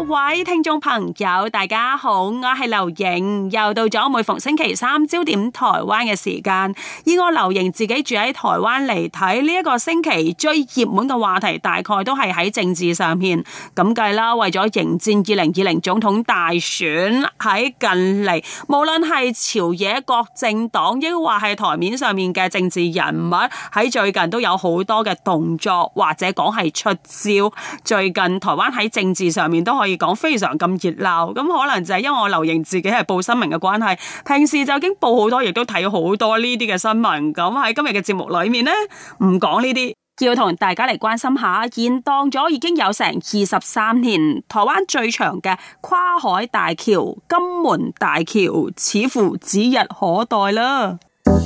位聽眾朋友，大家好，我係劉瑩，又到咗每逢星期三焦點台灣嘅時間。以我劉瑩自己住喺台灣嚟睇，呢一個星期最熱門嘅話題，大概都係喺政治上面。咁計啦，為咗迎戰2020總統大選，喺近嚟無論係朝野各政黨，抑或係台面上面嘅政治人物，喺最近都有好多嘅動作，或者講係出招。最近台灣喺政治上面都可以講非常咁熱鬧，咁可能就係因為我劉瑩自己係報新聞嘅關係，平時就已經報好多，亦都睇好多呢啲嘅新聞。咁喺今日嘅節目裏面呢，唔講呢啲，要同大家嚟關心下，延宕咗已經有成23年，台灣最長嘅跨海大橋金門大橋，似乎指日可待啦。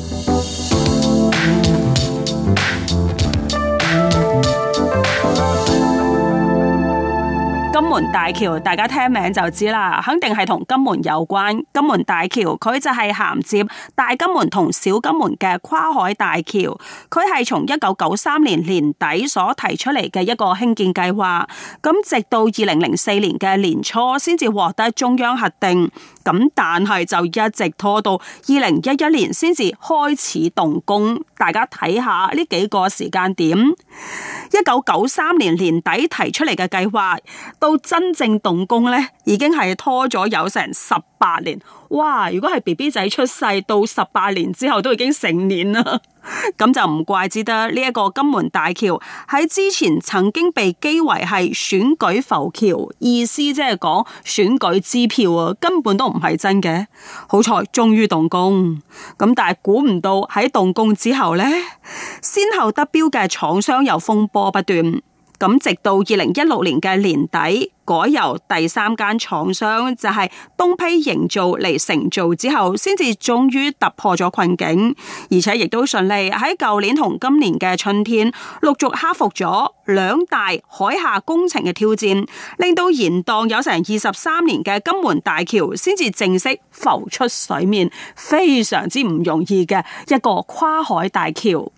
金門大橋大家聽名就知啦，肯定係同金門有關。金門大橋佢就係銜接大金門同小金門嘅跨海大橋，佢係從1993年年底所提出嚟嘅一個興建計劃，咁直到2004年嘅年初先至獲得中央核定，咁但係就一直拖到2011年先至開始動工。大家睇下呢幾個時間點，1993年年底提出嚟嘅計劃，到真正動工呢，已經係拖咗有成18年。哇！如果係 BB 仔出世到18年之後都已經成年啦，咁就唔怪之得呢一個金門大橋喺之前曾經被譏為係選舉浮橋，意思即係講選舉支票啊，根本都唔係真嘅。好彩終於動工，咁但係估唔到喺動工之後呢，先後得標嘅廠商又風波不斷。咁直到2016年嘅年底，改由第3間廠商就係東坯營造嚟承造之後，先至終於突破咗困境，而且亦都順利喺舊年同今年嘅春天陸續克服咗兩大海下工程嘅挑戰，令到延宕有成23年嘅金門大橋先至正式浮出水面，非常之唔容易嘅一個跨海大橋。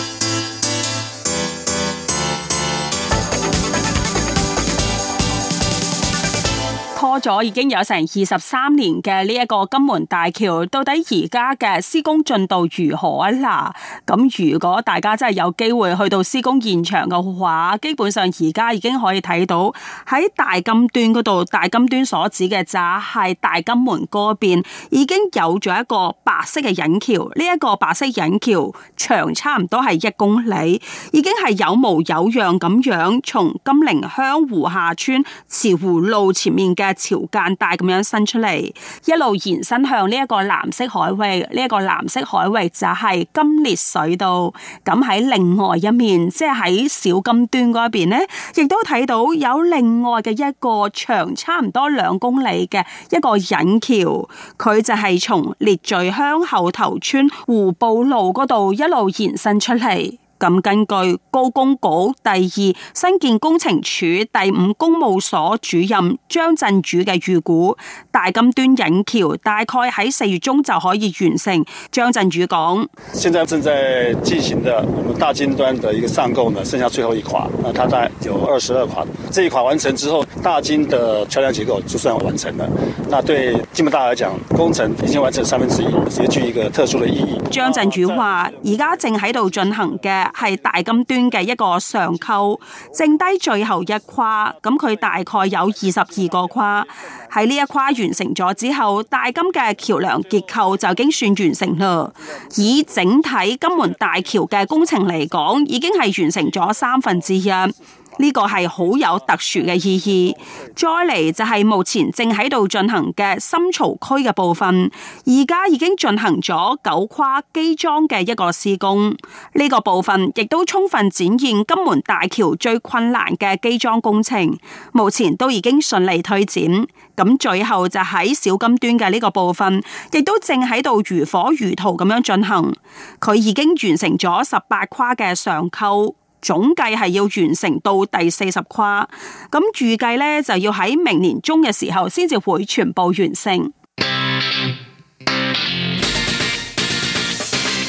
拖咗已經有成23年嘅呢一個金門大橋，到底而家嘅施工進度如何啊？嗱，咁如果大家真係有機會去到施工現場嘅話，基本上而家已經可以睇到喺大金端嗰度，大金端所指嘅就係大金門嗰邊已經有咗一個白色嘅引橋，呢一個白色引橋長差唔多係1公里，已經係有模有樣咁樣從金陵鄉湖下村慈湖路前面嘅潮間帶咁樣伸出嚟，一路延伸向呢一個藍色海域，呢一個藍色海域就係金烈水道。咁喺另外一面，即係喺小金端嗰邊呢，亦都睇到有另外嘅一個長差唔多2公里嘅一個引橋，佢就係從烈聚鄉後頭村湖埔路嗰度一路延伸出嚟。咁根據高工局第2新建工程處第5公務所主任張振宇嘅預估，大金端引橋大概喺4月中就可以完成。張振宇講： 現在正在進行的我們大金端的一個上構呢，剩下最後一垮，那它大概有22垮。這一垮完成之後，大金的橋樑結構就算完成了。那對金門大來講，工程已經完成1/3，極具一個特殊的意義。 張振宇話：而家正喺度進行嘅係大金端嘅一個上構，剩低最後一跨，咁佢大概有22個跨。喺呢一跨完成咗之後，大金嘅橋樑結構就已經算完成啦。以整體金門大橋嘅工程嚟講，已經係完成咗1/3。呢個係好有特殊嘅意義。再嚟就係目前正喺度進行嘅深槽區嘅部分，而家已經進行咗9跨基樁嘅一個施工。呢個部分亦都充分展現金門大橋最困難嘅基樁工程，目前都已經順利推展。咁最後就喺小金端嘅呢個部分，亦都正喺度如火如荼咁樣進行。佢已經完成咗18跨嘅上構。總計係要完成到第40跨，咁預計咧就要喺明年中嘅時候先至會全部完成。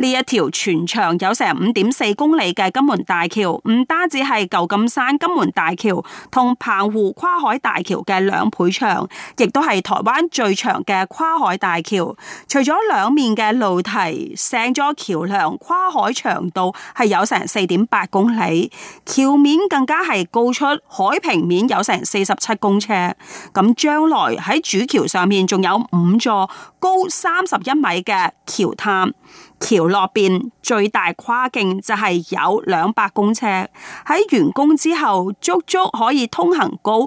呢一條全長有成5.4公里嘅金門大橋，唔單止係舊金山金門大橋同澎湖跨海大橋嘅2倍長，亦都係台灣最長嘅跨海大橋。除咗兩面嘅露堤，成座橋梁跨海長度係有成4.8公里，橋面更加係高出海平面有成47公尺。咁將來喺主橋上面仲有5座高31米嘅橋塔。橋落邊最大跨徑就係有200公尺，喺完工之後足足可以通行高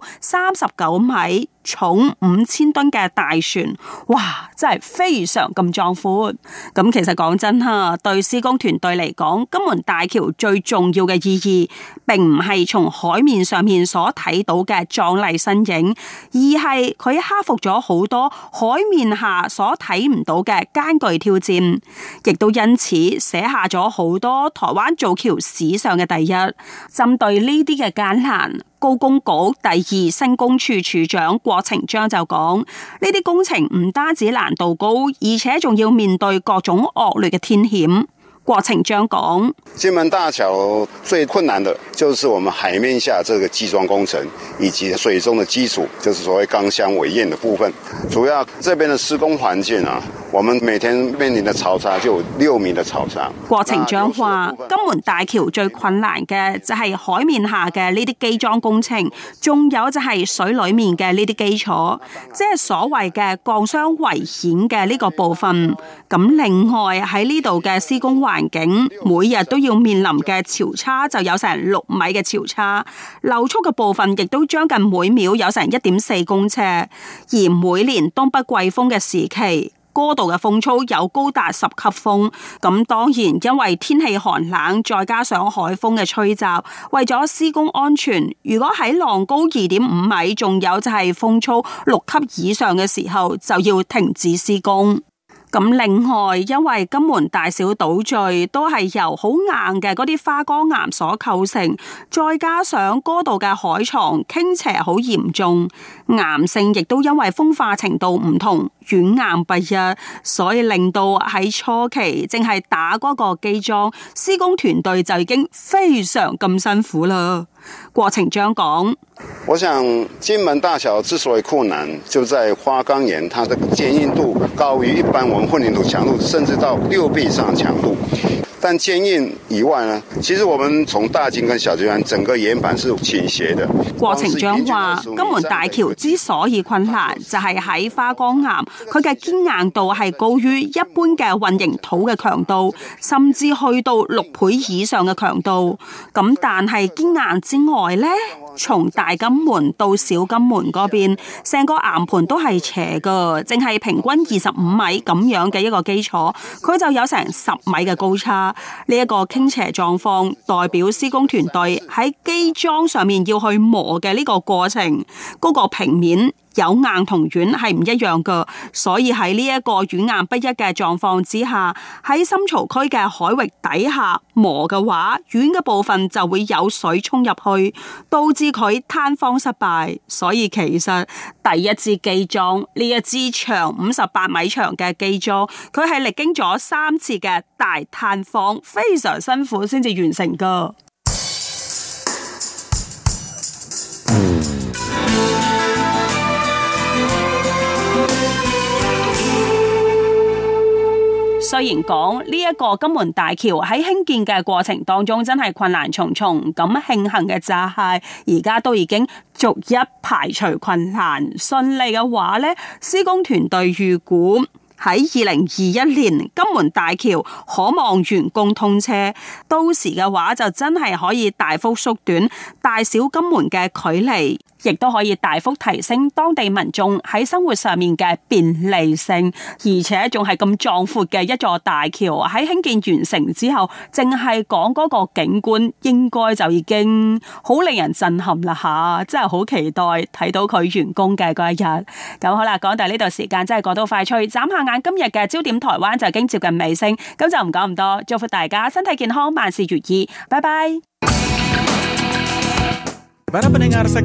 39米、重5000噸嘅大船，哇！真係非常咁壯闊。咁其實講真吓，對施工團隊嚟講，金門大橋最重要嘅意義，並唔係從海面上面所睇到嘅壯麗身影，而係佢克服咗好多海面下所睇唔到嘅艱巨挑戰，亦都因此寫下咗好多台灣造橋史上嘅第一。針對呢啲嘅艱難，高工局第2新工處處長郭晴章就講：呢啲工程唔單止難度高，而且仲要面對各種惡劣嘅天險。郭晴章講： 金門大橋最困難的就是我們海面下這個基樁工程，以及水中的基礎，就是所謂鋼箱圍堰的部分。主要這邊的施工環境啊，我們每天面臨的潮差就有6米的潮差。 郭晴章話：金門大橋最困難嘅就係海面下嘅呢啲基樁工程，仲有就係水裏面嘅呢啲基礎，即係所謂嘅鋼箱圍堰嘅呢個部分。咁另外喺呢度嘅施工環境，每日都要面臨嘅潮差就有成6米嘅潮差，流速嘅部分亦都將近每秒有成1.4公尺，而每年東北季風嘅時期，嗰度嘅風速有高達10級風。咁當然因為天氣寒冷，再加上海風嘅吹襲，為咗施工安全，如果喺浪高2.5米，仲有就係風速6級以上嘅時候，就要停止施工。咁另外，因為金門大小島嶼都係由好硬嘅嗰啲花崗岩所構成，再加上嗰度嘅海床傾斜好嚴重，岩性亦都因為風化程度唔同，軟硬不一，所以令到喺初期淨係打嗰個基樁，施工團隊就已經非常咁辛苦啦。郭晴章講： 我想金門大橋之所以困難，就在花崗岩，它的堅硬度高於一般我們混凝土強度，甚至到6倍以上的強度。但堅硬以外呢，其實我們從大金跟小金灣整個岩盤是傾斜的。 郭晴章話：金門大橋之所以困難，就係喺花崗岩，佢嘅堅硬度係高於一般嘅混凝土嘅強度，甚至去到6倍以上嘅強度。咁但係堅硬之外呢，從大金門到小金門嗰邊，成個岩盤都係斜㗎，淨係平均25米咁樣嘅一個基礎，佢就有成10米嘅高差。呢一個傾斜狀況，代表施工團隊喺基樁上面要去磨嘅呢個過程，嗰個平面有硬同軟係唔一樣㗎，所以喺呢一個軟硬不一嘅狀況之下，喺深槽區嘅海域底下磨嘅話，軟嘅部分就會有水沖入去，導致佢坍方失敗。所以其實第一支基樁，呢一支長58米長嘅基樁，佢係歷經咗3次嘅大坍方，非常辛苦先至完成㗎。雖然講呢一個金門大橋喺興建嘅過程當中真係困難重重，咁慶幸嘅就係而家都已經逐一排除困難，順利嘅話呢，施工團隊預估喺2021年金門大橋可望完工通車，到時嘅話就真係可以大幅縮短大小金門嘅距離，亦都可以大幅提升當地民眾喺生活上面嘅便利性，而且仲係咁壯闊嘅一座大橋喺興建完成之後，淨係講嗰個景觀應該就已經好令人震撼啦吓，真係好期待睇到佢完工嘅嗰一日。咁好啦，講到呢度時間真係過到快脆，眨下眼今日嘅焦點台灣就已經接近尾聲，咁就唔講咁多，祝福大家身體健康，萬事如意，拜拜。 Para pendengar